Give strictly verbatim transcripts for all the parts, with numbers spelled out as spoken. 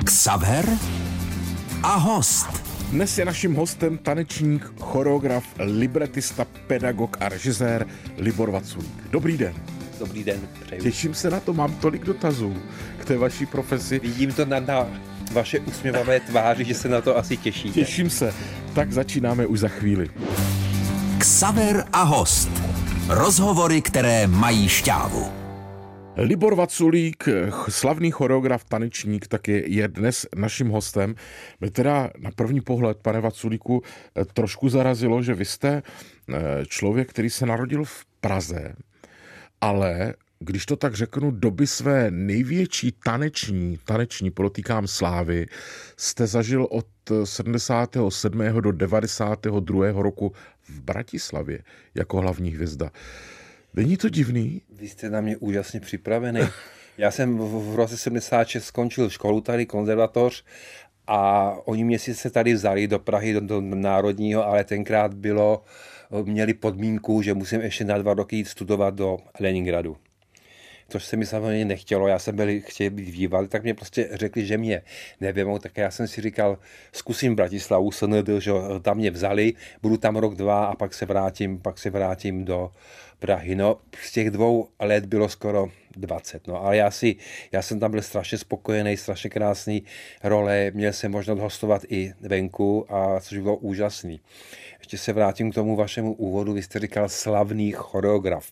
Xaver a host. Dnes je naším hostem tanečník, choreograf, libretista, pedagog a režisér Libor Vaculík. Dobrý den. Dobrý den, přeju. Těším se na to, mám tolik dotazů k té vaší profesi. Vidím to na, na vaše usměvavé tváři, že se na to asi těšíte. Těším se. Tak začínáme už za chvíli. Xaver a host. Rozhovory, které mají šťávu. Libor Vaculík, slavný choreograf, tanečník, taky je dnes naším hostem. Mě teda na první pohled, pane Vaculíku, trošku zarazilo, že vy jste člověk, který se narodil v Praze, ale když to tak řeknu, doby své největší taneční, taneční, podotýkám slávy, jste zažil od sedmdesátého sedmého do devadesátého druhého roku v Bratislavě jako hlavní hvězda. Není to divný? Vy jste na mě úžasně připravený. Já jsem v, v roce sedmdesát šest skončil školu tady, konzervatoř, a oni mě sice tady vzali do Prahy, do, do Národního, ale tenkrát bylo, měli podmínku, že musím ještě na dva roky jít studovat do Leningradu. Což se mi samozřejmě nechtělo, já jsem byl chtěl být výval, tak mě prostě řekli, že mě nevemou, tak já jsem si říkal, zkusím Bratislavu, S N D, že tam mě vzali, budu tam rok, dva a pak se vrátím, pak se vrátím do Prahy. No, z těch dvou let bylo skoro dvacet, no, ale já si, já jsem tam byl strašně spokojený, strašně krásný role, měl jsem možnost hostovat i venku, a což bylo úžasný. Ještě se vrátím k tomu vašemu úvodu, vy jste říkal slavný choreograf.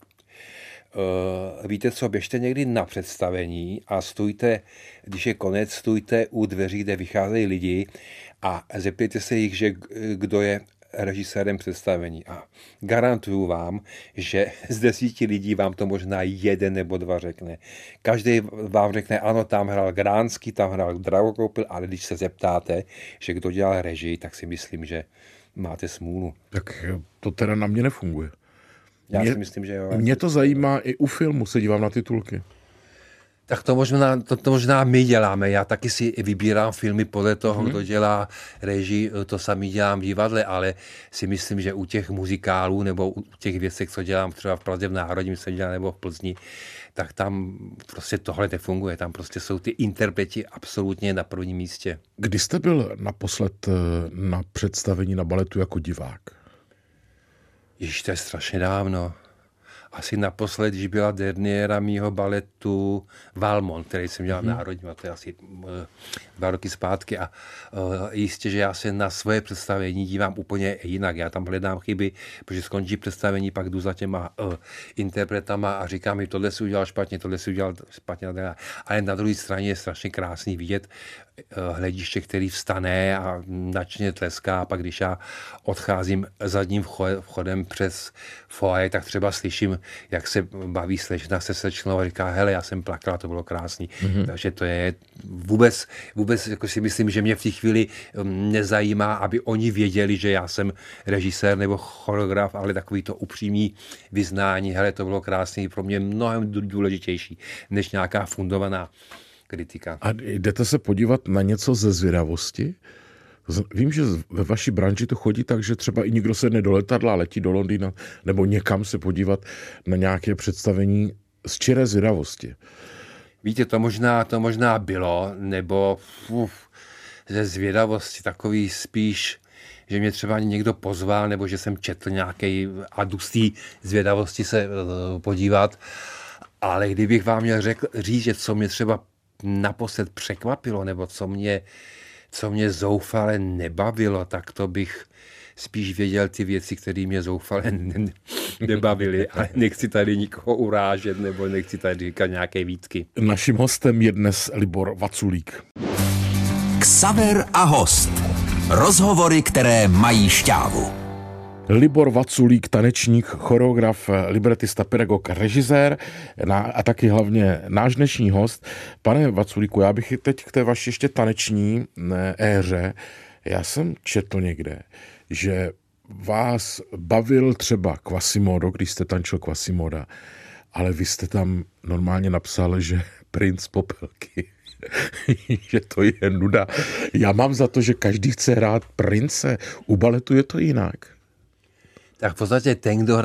Uh, víte co, běžte někdy na představení a stůjte, když je konec, stůjte u dveří, kde vycházejí lidi, a zeptejte se jich, že kdo je režisérem představení. A garantuju vám, že z desíti lidí vám to možná jeden nebo dva řekne. Každý vám řekne, ano, tam hrál Gránský, tam hrál Dragokoupil, ale když se zeptáte, že kdo dělal režii, tak si myslím, že máte smůlu. Tak to teda na mě nefunguje. Já mě, si myslím, že jo. Mě to zajímá, i u filmu se dívám na titulky. Tak to možná, to, to možná my děláme. Já taky si vybírám filmy podle toho, hmm. kdo dělá režii, to samý dělám v divadle, ale si myslím, že u těch muzikálů nebo u těch věcí, co dělám třeba v Praze v Národním se dělám, nebo v Plzni, tak tam prostě tohle nefunguje. Tam prostě jsou ty interpreti absolutně na prvním místě. Kdy jste byl naposled na představení na baletu jako divák? Ježiš, to je strašně dávno. Asi naposled, když byla derniéra mýho baletu Valmont, který jsem dělal v Národním, a to je asi uh, dva roky zpátky. A uh, jistě, že já se na svoje představení dívám úplně jinak. Já tam hledám chyby, protože skončí představení, pak jdu za těma uh, interpretama a říkám mi, tohle si udělal špatně, tohle si udělal špatně. Ale na druhé straně je strašně krásný vidět uh, hlediště, který vstane a načně tleská. A pak když já odcházím zadním vchodem přes foyer, tak třeba slyším, jak se baví slečna se slečnou a říká, hele, já jsem plakala, to bylo krásný. Mm-hmm. Takže to je vůbec, vůbec jako si myslím, že mě v té chvíli nezajímá, aby oni věděli, že já jsem režisér nebo choreograf, ale takový to upřímný vyznání, hele, to bylo krásný, pro mě mnohem důležitější, než nějaká fundovaná kritika. A jdete se podívat na něco ze zvědavosti? Vím, že ve vaší branži to chodí tak, že třeba i někdo sedne do letadla, letí do Londýna nebo někam se podívat na nějaké představení z čiré zvědavosti. Víte, to možná, to možná bylo, nebo uf, ze zvědavosti takový spíš, že mě třeba někdo pozval, nebo že jsem četl nějaký adustý zvědavosti se uh, podívat. Ale kdybych vám měl řekl, říct, že co mě třeba naposled překvapilo, nebo co mě co mě zoufale nebavilo, tak to bych spíš věděl ty věci, které mě zoufale ne- nebavily. Ale nechci tady nikoho urážet, nebo nechci tady říkat nějaké výtky. Naším hostem je dnes Libor Vaculík. Xaver a host. Rozhovory, které mají šťávu. Libor Vaculík, tanečník, choreograf, libretista, pedagog, režisér a taky hlavně náš dnešní host. Pane Vaculíku, já bych teď k té vaší ještě taneční éře. Já jsem četl někde, že vás bavil třeba Quasimodo, když jste tančil Quasimoda, ale vy jste tam normálně napsal, že princ Popelky. Že to je nuda. Já mám za to, že každý chce hrát prince. U baletu je to jinak. Tak v podstatě ten, kdo hraje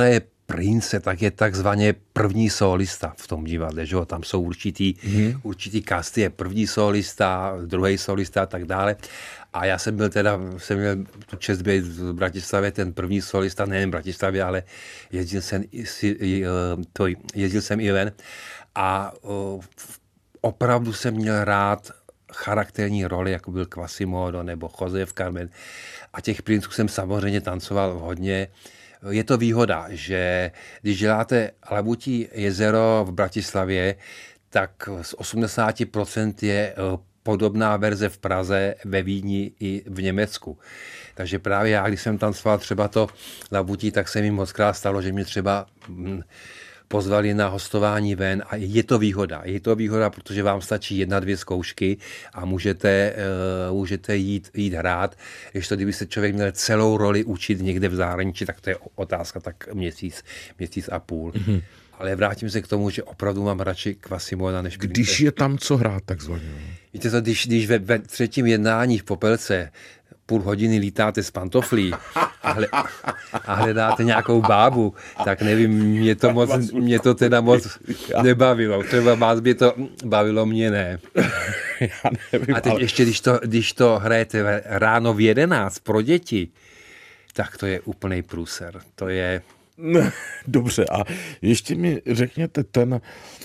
prince, tak je takzvaně první solista v tom divadle, že jo? Tam jsou určitý, hmm. určitý kasty, je první solista, druhý solista a tak dále. A já jsem byl teda, jsem měl tu čest být v Bratislavě ten první solista, nejen v Bratislavě, ale jezdil jsem, to, jezdil jsem i ven. A o, opravdu jsem měl rád charakterní roli, jako byl Quasimodo nebo José v Carmen. A těch princů jsem samozřejmě tancoval hodně. Je to výhoda, že když děláte Labutí jezero v Bratislavě, tak z osmdesát procent je podobná verze v Praze, ve Vídni i v Německu. Takže právě já, když jsem tancoval třeba to Labutí, tak se mi mockrát stalo, že mě třeba pozvali na hostování ven a je to výhoda. Je to výhoda, protože vám stačí jedna, dvě zkoušky a můžete, uh, můžete jít, jít hrát. Když to, kdyby se člověk měl celou roli učit někde v zahraničí, tak to je otázka tak měsíc, měsíc a půl. Mm-hmm. Ale vrátím se k tomu, že opravdu mám radši Quasimoda než Když prince. Je tam co hrát, takzvaně. Víte co, když, když ve, ve třetím jednání v Popelce půl hodiny lítáte z pantoflí a, hle, a hledáte nějakou bábu, tak nevím, mě to, moc, mě to teda moc nebavilo. Třeba vás by to bavilo, mě ne. Já nevím, a teď ale... ještě, když to, když to hrajete ráno v jedenáct pro děti, tak to je úplný průser. To je... Dobře, a ještě mi řekněte ten,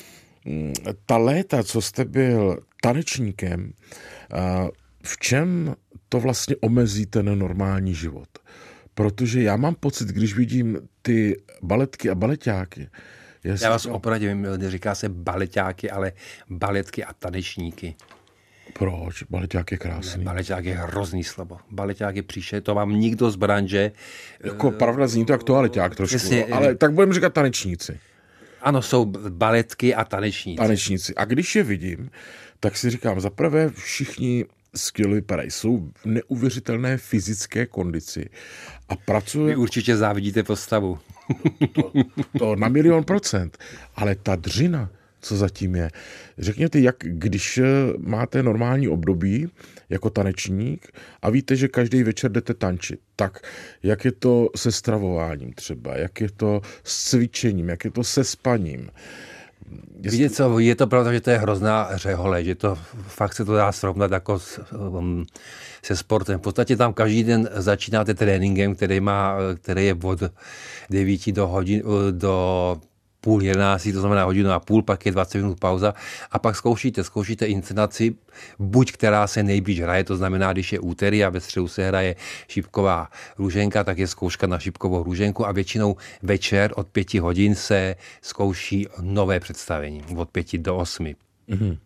ta léta, co jste byl tanečníkem, v čem to vlastně omezí ten normální život? Protože já mám pocit, když vidím ty baletky a baleťáky. Já vás opravdu říká se baleťáky, ale baletky a tanečníky. Proč? Baleťák je krásný. Ne, baleťák je hrozný slovo. Baleťák je příště, to vám nikdo z branže... Jako pravda zní to jak toaleťák trošku, přesně, ale tak budeme říkat tanečníci. Ano, jsou baletky a tanečníci. Tanečníci. A když je vidím, tak si říkám, zaprvé všichni skvěle vypadají, jsou v neuvěřitelné fyzické kondici a pracují... Vy určitě závidíte postavu. To, to na milion procent. Ale ta dřina, co zatím je. Řekněte, jak když máte normální období jako tanečník a víte, že každý večer jdete tančit, tak jak je to se stravováním třeba, jak je to s cvičením, jak je to se spaním. Jestli... Víte co, je to pravda, že to je hrozná řehole, že to fakt se to dá srovnat jako s, um, se sportem. V podstatě tam každý den začínáte tréninkem, který, má, který je od devíti do hodin, do půl jedenácti, to znamená hodinu a půl, pak je dvacet minut pauza a pak zkoušíte, zkoušíte inscenaci, buď která se nejblíž hraje, to znamená, když je úterý a ve středu se hraje šipková růženka, tak je zkouška na šipkovou růženku a většinou večer od pěti hodin se zkouší nové představení, od pěti do osmi. Mm-hmm.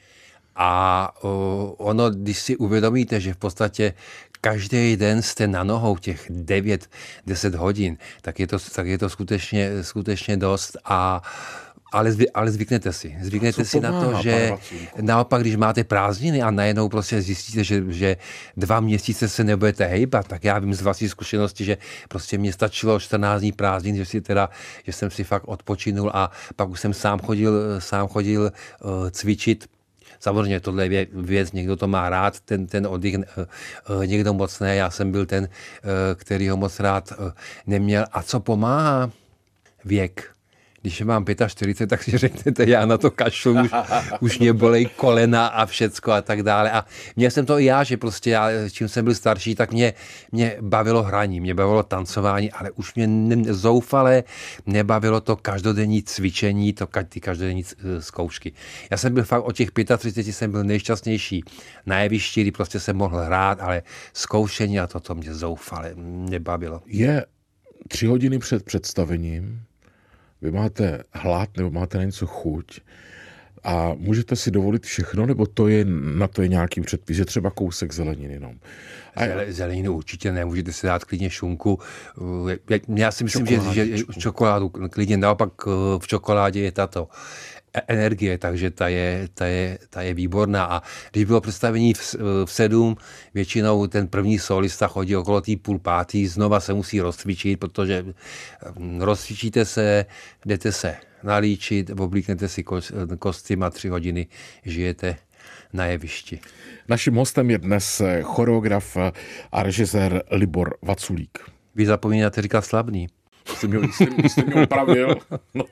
A o, ono, když si uvědomíte, že v podstatě každý den jste na nohou těch devět deset hodin, tak je to, tak je to skutečně, skutečně dost a ale, zvy, ale zvyknete si. Zvyknete si na to, že naopak, když máte prázdniny a najednou prostě zjistíte, že, že dva měsíce se nebudete hejbat, tak já vím z vlastní zkušenosti, že prostě mě stačilo čtrnáct dní prázdnin, že, si teda, že jsem si fakt odpočinul a pak už jsem sám chodil, sám chodil uh, cvičit. Samozřejmě tohle je věc, někdo to má rád, ten, ten oddych, někdo moc ne, já jsem byl ten, který ho moc rád neměl. A co pomáhá? Věk. Když mám čtyřicet pět, tak si řeknete, já na to kašlu, už, už mě bolej kolena a všecko a tak dále. A měl jsem to i já, že prostě já, čím jsem byl starší, tak mě, mě bavilo hraní, mě bavilo tancování, ale už mě ne, zoufale nebavilo to každodenní cvičení, to ty každodenní zkoušky. Já jsem byl fakt od těch třiceti pěti jsem byl nejšťastnější na jevišti, kdy prostě jsem mohl hrát, ale zkoušení a toto mě zoufale nebavilo. Je tři hodiny před představením, vy máte hlad nebo máte na něco chuť a můžete si dovolit všechno, nebo to je, na to je nějaký předpis, že třeba kousek zeleniny jenom. A Zele, zeleninu určitě ne, můžete si dát klidně šunku. Já si myslím, čokoládu, že, že čokoládu klidně, naopak v čokoládě je tato energie, takže ta je, ta je, ta je výborná. A když bylo představení v, v sedm, většinou ten první solista chodí okolo tý půl pátý, znova se musí rozcvičit, protože rozcvičíte se, jdete se nalíčit, oblíknete si kostým a tři hodiny žijete na jevišti. Naším hostem je dnes choreograf a režisér Libor Vaculík. Vy zapomínáte říkat Slabný. Jste mě, jste, jste mě opravil. No.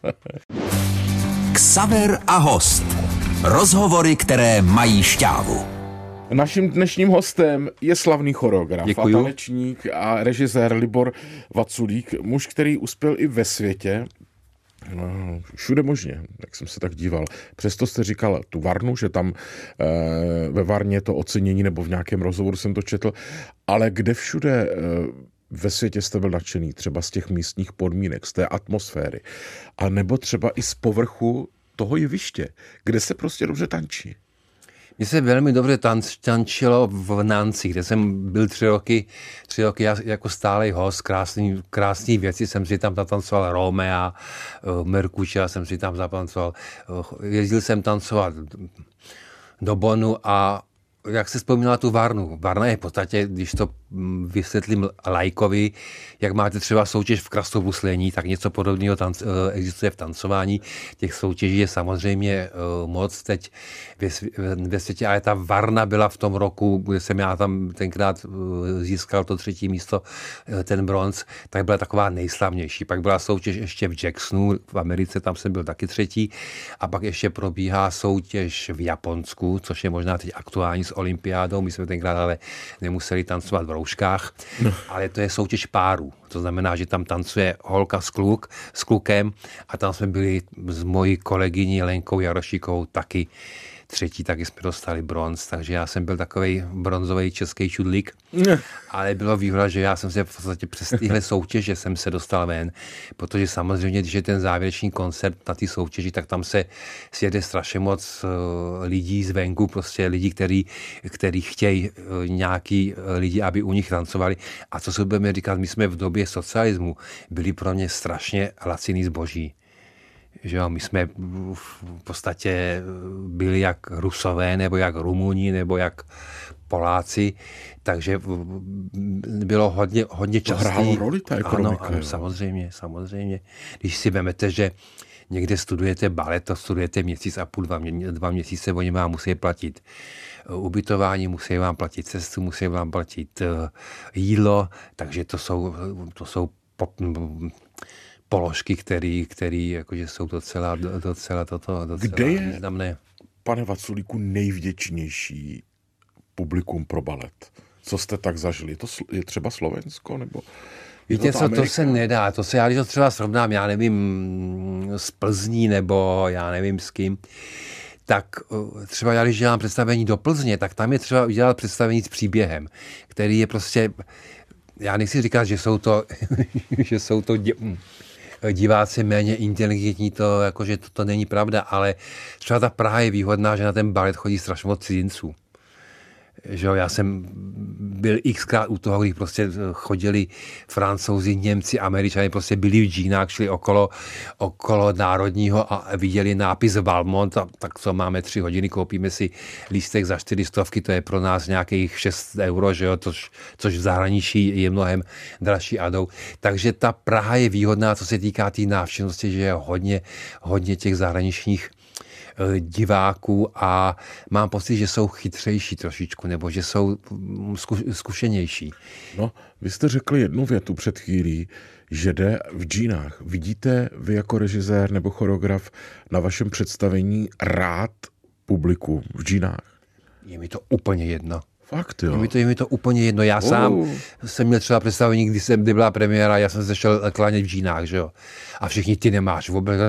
Xaver a host. Rozhovory, které mají šťávu. Naším dnešním hostem je slavný choreograf Děkuju. a tanečník a režisér Libor Vaculík, muž, který uspěl i ve světě. No, všude možně, jak jsem se tak díval. Přesto jste říkal tu Varnu, že tam e, ve Varně to ocenění, nebo v nějakém rozhovoru jsem to četl, ale kde všude e, ve světě jste byl nadšený, třeba z těch místních podmínek, z té atmosféry, a nebo třeba i z povrchu toho jeviště, kde se prostě dobře tančí. Mně se velmi dobře tanč, tančilo v Nanci, kde jsem byl tři roky, tři roky jako stálej host, krásný, krásný věci, jsem si tam zatancoval Romea, Merkuča, jsem si tam zatancoval, jezdil jsem tancovat do Bonu a jak se vzpomínala tu Varnu. Varna je v podstatě, když to vysvětlím lajkovi, jak máte třeba soutěž v krasobruslení, tak něco podobného tanc, existuje v tancování. Těch soutěží je samozřejmě moc teď ve světě, ale ta Varna byla v tom roku, kde jsem já tam tenkrát získal to třetí místo, ten bronz, tak byla taková nejslavnější. Pak byla soutěž ještě v Jacksonu, v Americe, tam jsem byl taky třetí, a pak ještě probíhá soutěž v Japonsku, což je možná teď aktuální s olympiádou. My jsme tenkrát ale nemuseli tancovat v rouškách, no. Ale to je soutěž párů. To znamená, že tam tancuje holka s, kluk, s klukem a tam jsme byli s mojí kolegyní Lenkou Jarošíkovou taky třetí, taky jsme dostali bronz, takže já jsem byl takovej bronzový český čudlík, ne. Ale bylo výhoda, že já jsem se v podstatě přes tyhle soutěže jsem se dostal ven, protože samozřejmě, když je ten závěrečný koncert na ty soutěži, tak tam se sjede strašně moc lidí zvenku, prostě lidí, který, který chtějí nějaký lidi, aby u nich tancovali. A co se budeme říkat, my jsme v době socialismu byli pro mě strašně laciný zboží. Že jo, my jsme v podstatě byli jak Rusové, nebo jak Rumuni, nebo jak Poláci, takže bylo hodně, hodně častý. To hrálo roli ta ekonomika. Ano, ano, samozřejmě, samozřejmě. Když si vemete, že někde studujete balet, to studujete měsíc a půl, dva, mě, dva měsíce, oni vám musí platit ubytování, musí vám platit cestu, musí vám platit jídlo, takže to jsou, to jsou pop, položky, který, který jakože jsou docela, docela toto, docela Kde je, významné. Pane Vaculíku, nejvděčnější publikum pro balet? Co jste tak zažili? To je třeba Slovensko, nebo Víte co, to se nedá. To se, já když to třeba srovnám, já nevím, s Plzní, nebo já nevím s kým, tak třeba já, když dělám představení do Plzně, tak tam je třeba udělat představení s příběhem, který je prostě, já nechci říkat, že jsou to, že jsou to dě, diváci méně inteligentní, to, jakože to, to není pravda, ale třeba ta Praha je výhodná, že na ten balet chodí strašně moc cizinců. Že jo, já jsem byl xkrát u toho, kdy prostě chodili Francouzi, Němci, Američané, prostě byli v džínách, šli okolo, okolo Národního a viděli nápis Valmont, a tak co máme tři hodiny, koupíme si lístek za čtyři stovky, to je pro nás nějakých šest euro, že jo, což, což v zahraničí je mnohem dražší adou. Takže ta Praha je výhodná, co se týká té tý návštěvnosti, že je hodně, hodně těch zahraničních diváků a mám pocit, že jsou chytřejší trošičku, nebo že jsou zkušenější. No, vy jste řekli jednu větu před chvílí, že jde v džínách. Vidíte vy jako režisér nebo choreograf na vašem představení rád publiku v džínách? Je mi to úplně jedno. Fakt, jo? Je mi to, je mi to úplně jedno. Já uh. sám jsem měl třeba představení, kdy, jsem, kdy byla premiéra, já jsem se šel klánět v džínách, že jo. A všichni, ty nemáš vůbec.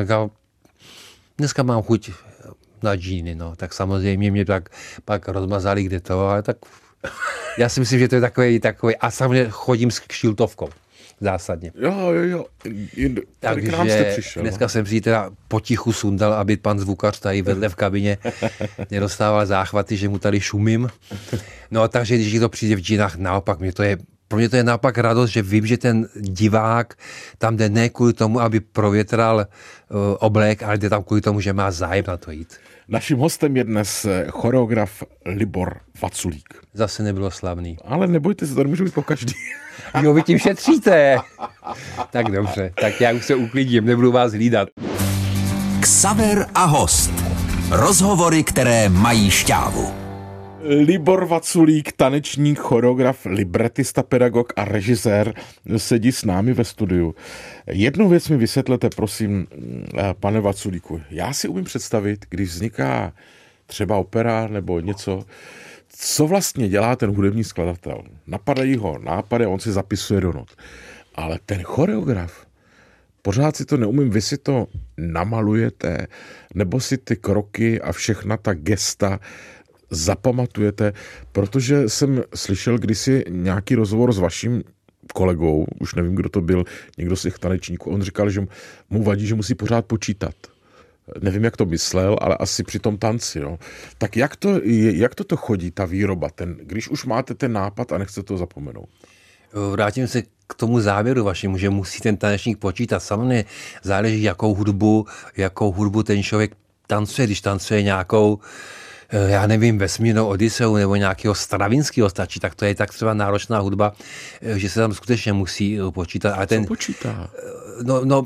Dneska mám chuť na džíny, no, tak samozřejmě mě tak pak rozmazali, kde to, ale tak já si myslím, že to je takový, takový a samozřejmě chodím s kšiltovkou, zásadně. Jo, jo, jo, tady k nám jste přišel. Dneska jsem si teda potichu sundal, aby pan zvukař tady vedle v kabině nedostával záchvaty, že mu tady šumím. No, takže když to přijde v džínách, naopak, mě to je Pro mě to je naopak radost, že vím, že ten divák tam jde ne kvůli tomu, aby provětral uh, oblek, ale jde tam kvůli tomu, že má zájem na to jít. Naším hostem je dnes choreograf Libor Vaculík. Zase nebylo slavný. Ale nebojte se, to nemůžu být po každý. Jo, vy tím šetříte. Tak dobře, tak já už se uklidím, nebudu vás hlídat. Xaver a host. Rozhovory, které mají šťávu. Libor Vaculík, tanečník, choreograf, libretista, pedagog a režisér sedí s námi ve studiu. Jednu věc mi vysvětlete, prosím, pane Vaculíku. Já si umím představit, když vzniká třeba opera nebo něco, co vlastně dělá ten hudební skladatel. Napadají ho nápady, on si zapisuje do not. Ale ten choreograf, pořád si to neumím, vy si to namalujete, nebo si ty kroky a všechna ta gesta zapamatujete, protože jsem slyšel kdysi nějaký rozhovor s vaším kolegou, už nevím, kdo to byl, někdo z těch tanečníků, on říkal, že mu vadí, že musí pořád počítat. Nevím, jak to myslel, ale asi při tom tanci. No. Tak jak to, jak to, to chodí, ta výroba, ten, když už máte ten nápad a nechcete to zapomenout? Vrátím se k tomu závěru vašemu, že musí ten tanečník počítat. Samozřejmě záleží, jakou hudbu, jakou hudbu ten člověk tancuje, když tancuje nějakou, já nevím, vesmírnou Odiseu nebo nějakého Stravinského stačí, tak to je tak třeba náročná hudba, že se tam skutečně musí počítat. Ale ten, co počítá? No, no,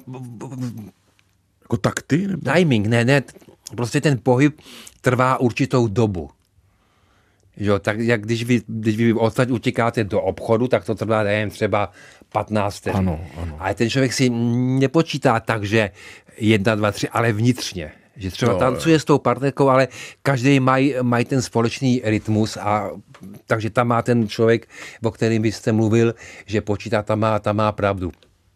jako takty? Nebo? Timing, ne, ne, prostě ten pohyb trvá určitou dobu. Jo, tak jak když vy, když vy odsaď utíkáte do obchodu, tak to trvá, nevím, třeba patnáct vteřin. Ano, ano. Ale ten člověk si nepočítá tak, že jedna, dva, tři, ale vnitřně. Že třeba no, tancuje s tou partnerkou, ale každý mají maj ten společný rytmus, a takže tam má ten člověk, o kterým byste mluvil, že počítá, tam má, tam má pravdu.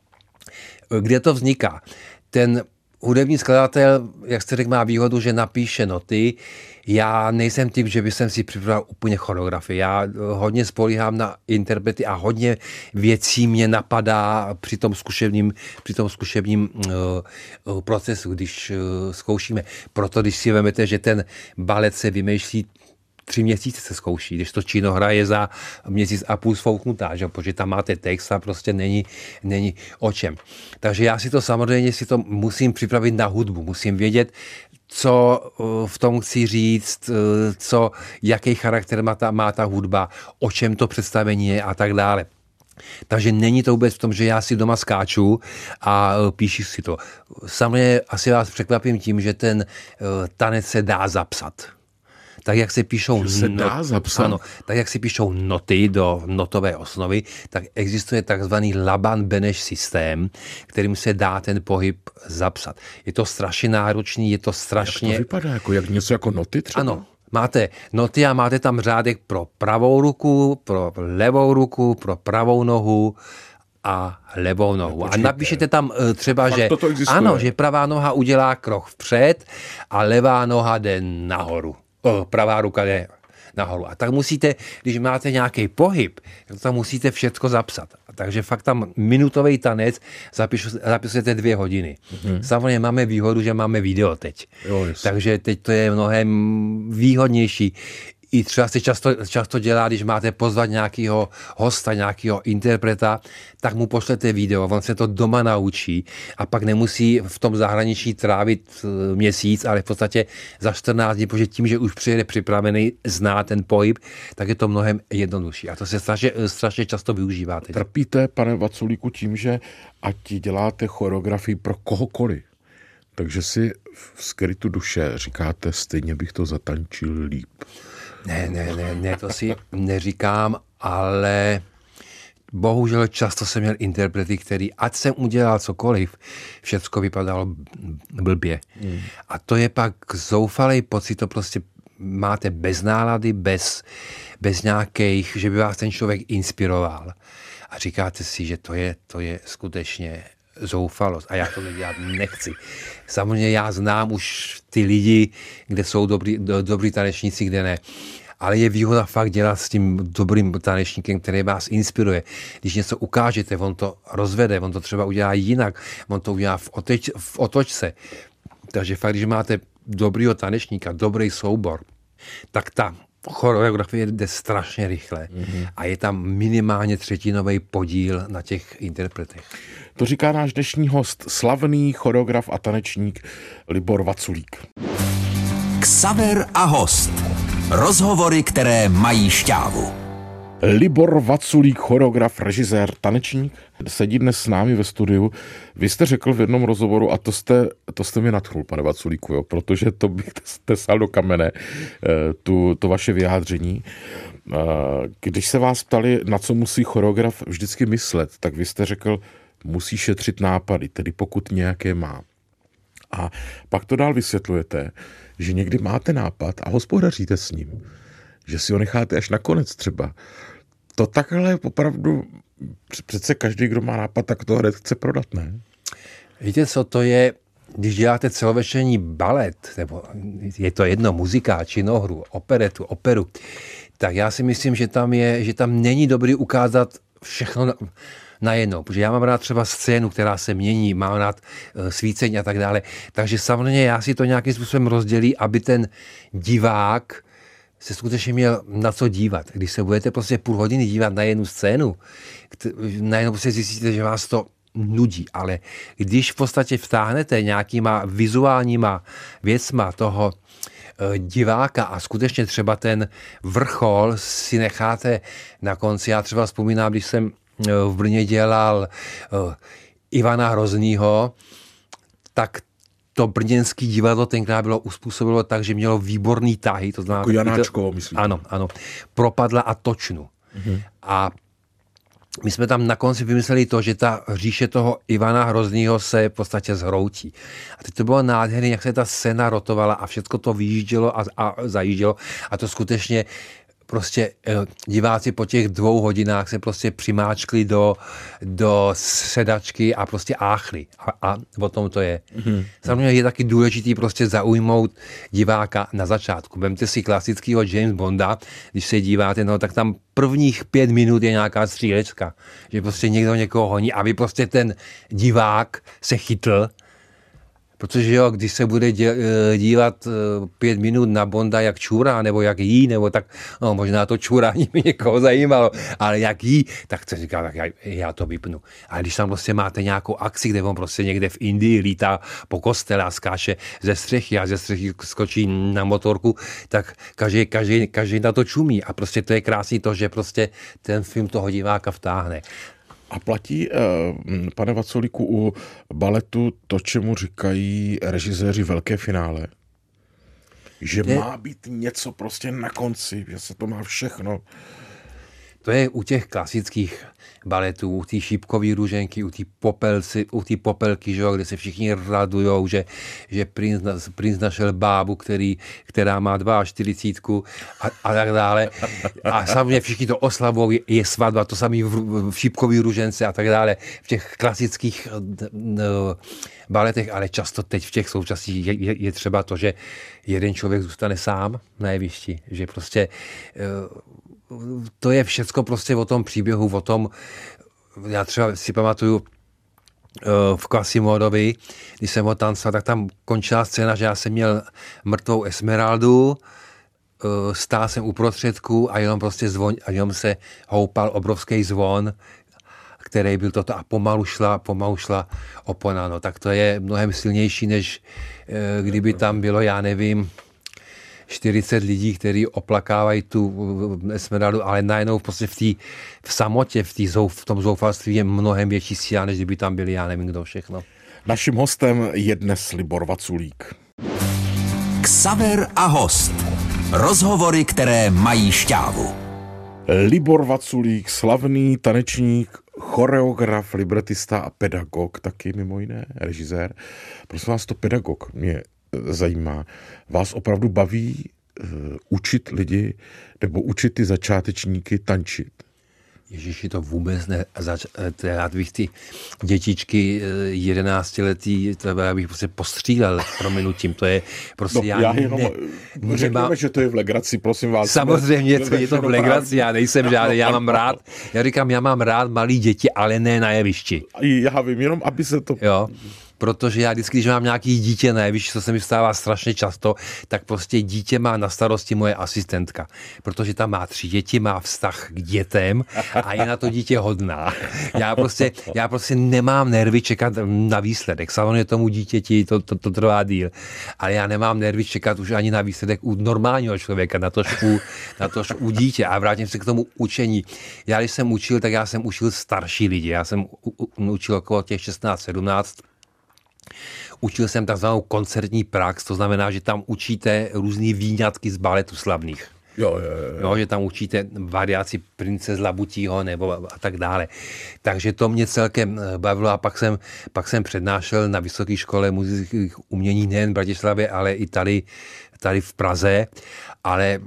Kde to vzniká? Ten hudební skladatel, jak jste řekl, má výhodu, že napíše noty. Já nejsem typ, že bych si připravil úplně choreografii. Já hodně spolíhám na interprety a hodně věcí mě napadá při tom zkušebním, při tom zkušebním uh, procesu, když uh, zkoušíme. Proto, když si vezmete, že ten balet se vymýšlí tři měsíce se zkouší, když to činohra je za měsíc a půl sfouknutá, že? Protože tam máte text a prostě není, není o čem. Takže já si to samozřejmě si to musím připravit na hudbu, musím vědět, co v tom chci říct, co, jaký charakter má ta, má ta hudba, o čem to představení je a tak dále. Takže není to vůbec v tom, že já si doma skáču a píšu si to. Samozřejmě asi vás překvapím tím, že ten tanec se dá zapsat. Tak jak se píšou se dá zapsat. Ano, tak jak se píšou noty do notové osnovy, tak existuje takzvaný Laban Beneš systém, kterým se dá ten pohyb zapsat. Je to strašně náročný, je to strašně... Jak to vypadá? Jako, jak něco jako noty třeba? Ano. Máte noty a máte tam řádek pro pravou ruku, pro levou ruku, pro pravou nohu a levou nohu. Počkejte. A napíšete tam třeba, fakt že ano, že pravá noha udělá krok vpřed a levá noha jde nahoru. O, pravá ruka jde nahoru. A tak musíte, když máte nějaký pohyb, tak tam musíte všechno zapsat. A takže fakt tam minutový tanec zapisujete dvě hodiny. Mm-hmm. Samozřejmě máme výhodu, že máme video teď. Jo, takže teď to je mnohem výhodnější. I třeba se často, často dělá, když máte pozvat nějakého hosta, nějakého interpreta, tak mu pošlete video, on se to doma naučí a pak nemusí v tom zahraničí trávit měsíc, ale v podstatě za čtrnáct dní, protože tím, že už přijede připravený, zná ten pohyb, tak je to mnohem jednodušší. A to se strašně, strašně často využívá teď. Trpíte, pane Vaculíku, tím, že ať děláte choreografii pro kohokoliv, takže si v skrytu duše říkáte, stejně bych to zatančil líp. Ne, ne, ne, ne, to si neříkám, ale bohužel často jsem měl interprety, který, ať jsem udělal cokoliv, všecko vypadalo blbě. Hmm. A to je pak zoufalý pocit, to prostě máte bez nálady, bez, bez nějakých, že by vás ten člověk inspiroval. A říkáte si, že to je, to je skutečně zoufalost a já to nedělat nechci. Samozřejmě já znám už ty lidi, kde jsou dobrý, do, dobrý tanečníci, kde ne. Ale je výhoda fakt dělat s tím dobrým tanečníkem, který vás inspiruje. Když něco ukážete, on to rozvede, on to třeba udělá jinak, on to udělá v, oteč, v otočce. Takže fakt, když máte dobrýho tanečníka, dobrý soubor, tak ta choreografie jde strašně rychle mm-hmm. a je tam minimálně třetinový podíl na těch interpretech. To říká náš dnešní host, slavný choreograf a tanečník Libor Vaculík. Xaver a host. Rozhovory, které mají šťávu. Libor Vaculík, choreograf, režisér, tanečník, sedí dnes s námi ve studiu. Vy jste řekl v jednom rozhovoru, a to jste, to jste mi nadchnul, pane Vaculíku, jo, protože to bych tesal do kamene, tu, to vaše vyjádření. Když se vás ptali, na co musí choreograf vždycky myslet, tak vy jste řekl, musí šetřit nápady, tedy pokud nějaké má. A pak to dál vysvětlujete, že někdy máte nápad a hospodaříte s ním. Že si ho necháte až nakonec třeba. To takhle opravdu, přece každý, kdo má nápad, tak to hned chce prodat, ne? Víte, co to je, když děláte celovečerní balet, nebo je to jedno, muzikál, činohru, operetu, operu, tak já si myslím, že tam je, že tam není dobrý ukázat všechno na, najednou, protože já mám rád třeba scénu, která se mění, mám rád svícení a tak dále, takže samozřejmě já si to nějakým způsobem rozdělí, aby ten divák se skutečně měl na co dívat. Když se budete prostě půl hodiny dívat na jednu scénu, najednou prostě zjistíte, že vás to nudí, ale když v podstatě vtáhnete nějakýma vizuálníma věcma toho diváka a skutečně třeba ten vrchol si necháte na konci. Já třeba vzpomínám, když jsem v Brně dělal Ivana Hroznýho, tak to brněnský divadlo tenkrát bylo uspůsobilo tak, že mělo výborný tahy. To znamená, jako Janáčkovo, myslím. Ano, ano. Propadla a točnu. Mm-hmm. A my jsme tam na konci vymysleli to, že ta říše toho Ivana Hroznýho se v podstatě zhroutí. A teď to bylo nádherné, jak se ta scéna rotovala a všechno to vyjíždělo a, a zajíždělo. A to skutečně prostě diváci po těch dvou hodinách se prostě přimáčkli do, do sedačky a prostě áchli. A, a o tom to je. Mm-hmm. Samozřejmě je taky důležitý prostě zaujmout diváka na začátku. Vemte si klasického James Bonda, když se díváte, no tak tam prvních pět minut je nějaká střílečka. Že prostě někdo někoho honí, aby prostě ten divák se chytl. Protože jo, když se bude dívat pět minut na Bonda, jak čurá, nebo jak jí, nebo tak, no možná to čurání by někoho zajímalo, ale jak jí, tak se říká, tak já, já to vypnu. A když tam prostě máte nějakou akci, kde on prostě někde v Indii lítá po kostele a skáče ze střechy a ze střechy skočí na motorku, tak každý, každý, každý na to čumí. A prostě to je krásný to, že prostě ten film toho diváka vtáhne. A platí, pane Vaculíku, u baletu to, čemu říkají režiséři velké finále? Že je, má být něco prostě na konci, že se to má všechno. To je u těch klasických baletů, u té šípkové růženky, u té popelci, u té popelky, že, kde se všichni radujou, že, že princ, princ našel bábu, který, která má čtyřicítku a, a tak dále. A samozřejmě všichni to oslavou, je, je svatba, to samé v, v šípkové růžence a tak dále. V těch klasických no, baletech, ale často teď v těch současných je, je, je třeba to, že jeden člověk zůstane sám na jevišti, že prostě to je všecko prostě o tom příběhu, o tom, já třeba si pamatuju v Quasimodovi, když jsem ho tancoval, tak tam končila scéna, že já jsem měl mrtvou Esmeraldu, stál jsem u prostředku a jenom prostě zvon, a jenom se houpal obrovský zvon, který byl toto a pomalu šla, pomalu šla opona. No, tak to je mnohem silnější, než kdyby tam bylo, já nevím, čtyřicet lidí, kteří oplakávají tu Esmeraldu, ale najednou prostě v, tý, v samotě, v, tý, v tom zoufalství je mnohem větší síla, než kdyby tam byli, já nevím, kdo všechno. Naším hostem je dnes Libor Vaculík. Xaver a host. Rozhovory, které mají šťávu. Libor Vaculík, slavný tanečník, choreograf, libretista a pedagog, taky mimo jiné, režisér. Prosím vás, to pedagog mě zajímá. Vás opravdu baví uh, učit lidi nebo učit ty začátečníky tančit? Ježiši, to vůbec ne. Zač- rád bych ty dětičky jedenáctiletý, to já bych prostě postřílel prominutím. To je prostě... No, já, já jenom ne, řekneme, nemá... že to je v legraci, prosím vás. Samozřejmě, to je to v legraci, já nejsem žádný, já mám rád, já říkám, já mám rád malý děti, ale ne na jevišti. Já vím, jenom aby se to... Jo. protože já vždycky, když mám nějaký dítě, ne, víš, co se mi stává strašně často, tak prostě dítě má na starosti moje asistentka, protože tam má tři děti, má vztah k dětem a je na to dítě hodná. Já prostě, já prostě nemám nervy čekat na výsledek. Samozřejmě tomu dítěti to, to, to trvá díl, ale já nemám nervy čekat už ani na výsledek u normálního člověka, na tož u, na tož u dítě. A vrátím se k tomu učení. Já, když jsem učil, tak já jsem učil starší lidi. Já jsem u, u, učil okolo těch šestnáct sedmnáct. Učil jsem takzvanou koncertní prax, to znamená, že tam učíte různý výňatky z baletu slavných. Jo, jo, jo. Jo, že tam učíte variaci Prince z Labutího nebo a tak dále. Takže to mě celkem bavilo a pak jsem, pak jsem přednášel na Vysoké škole muzických umění nejen v Bratislavě, ale i tady, tady v Praze. Ale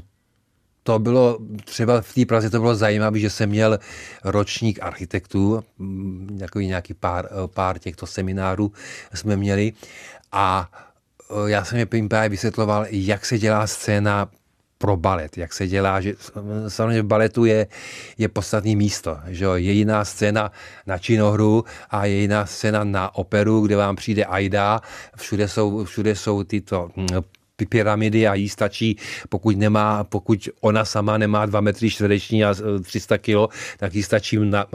to bylo, třeba v té Praze to bylo zajímavé, že jsem měl ročník architektů, nějaký, nějaký pár, pár těchto seminářů jsme měli a já jsem je právě vysvětloval, jak se dělá scéna pro balet, jak se dělá, že samozřejmě v baletu je, je podstatný místo, že jo, je jiná scéna na činohru a je jiná scéna na operu, kde vám přijde Aida, všude jsou, všude jsou tyto pyramidy a jí stačí, pokud nemá, pokud ona sama nemá dva metry čtvereční a tři sta kilo, tak jí stačí na,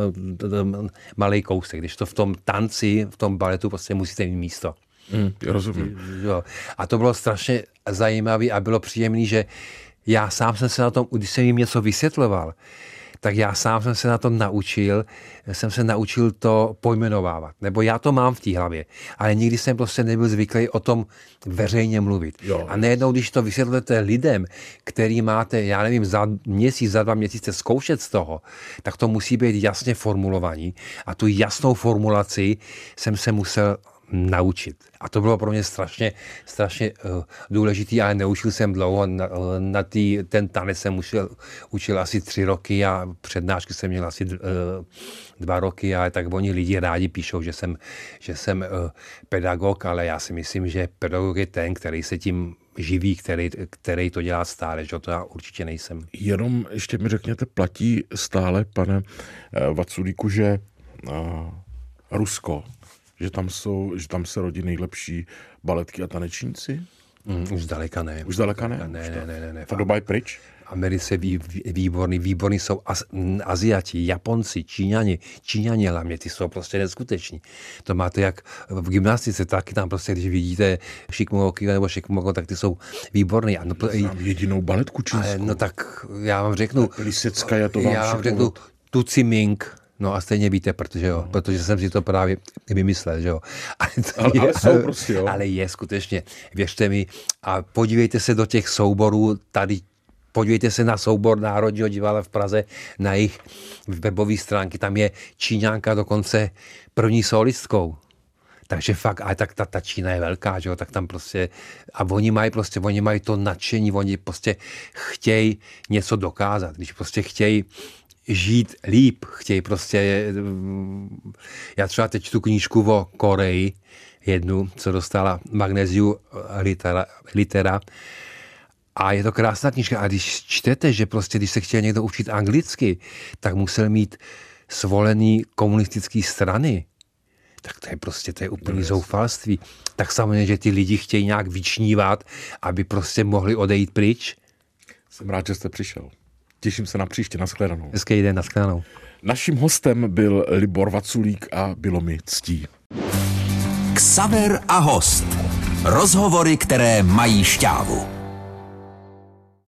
malej kousek, když to v tom tanci, v tom baletu prostě musíte mít místo. Mm, rozumím. Jo. A to bylo strašně zajímavé a bylo příjemné, že já sám jsem se na tom, když jsem jim něco vysvětloval, tak já sám jsem se na tom naučil, jsem se naučil to pojmenovávat. Nebo já to mám v té hlavě, ale nikdy jsem prostě nebyl zvyklý o tom veřejně mluvit. Jo. A nejednou, když to vysvětlujete lidem, který máte, já nevím, za měsíc, za dva měsíce zkoušet z toho, tak to musí být jasně formulovaný. A tu jasnou formulaci jsem se musel naučit. A to bylo pro mě strašně, strašně uh, důležitý, ale neučil jsem dlouho. Na, na tý, ten tanec jsem učil, učil asi tři roky a přednášky jsem měl asi uh, dva roky, ale tak oni lidi rádi píšou, že jsem, že jsem uh, pedagog, ale já si myslím, že pedagog je ten, který se tím živí, který, který to dělá stále, že to já určitě nejsem. Jenom ještě mi řekněte, platí stále, pane uh, Vaculíku, že uh, Rusko, že tam jsou, že tam se rodí nejlepší baletky a tanečníci? Mm, už zdaleka ne. Už zdaleka ne? Ne, ne, ne, ne, ne. Ta doba je pryč? Americe vý, výborný, výborný jsou Az, Aziati, Japonci, Číňani, Číňani hlavně, ty jsou prostě neskuteční. To máte jak v gymnastice, taky tam prostě, když vidíte Šikmoky nebo Šikmoko, tak ty jsou výborný. A no, Znám jedinou baletku čínskou. No tak já vám řeknu, Lisecká, já to vám já vám řeknu Tu Ci Ming. No a stejně víte, protože jo, no. protože jsem si to právě vymyslel, že jo. Ale, ale, je, ale jsou prostě, jo. Ale je skutečně, věřte mi, a podívejte se do těch souborů, tady podívejte se na soubor Národního divadla v Praze, na jejich webové stránky, tam je Číňanka dokonce první solistkou. Takže fakt, ale tak ta, ta Čína je velká, že jo, tak tam prostě, a oni mají prostě, oni mají to nadšení, oni prostě chtějí něco dokázat, když prostě chtějí žít líp, chtějí prostě, já třeba teď čtu knížku o Koreji, jednu, co dostala Magnéziu litera, litera a je to krásná knížka a když čtete, že prostě, když se chtěl někdo učit anglicky, tak musel mít svolený komunistický strany, tak to je prostě, to je úplný zoufalství. Tak samozřejmě, že ty lidi chtějí nějak vyčnívat, aby prostě mohli odejít pryč. Jsem rád, že jste přišel. Těším se na příště, nashledanou. Hezký den, nashledanou. Naším hostem byl Libor Vaculík a bylo mi ctí. Xaver a host. Rozhovory, které mají šťávu.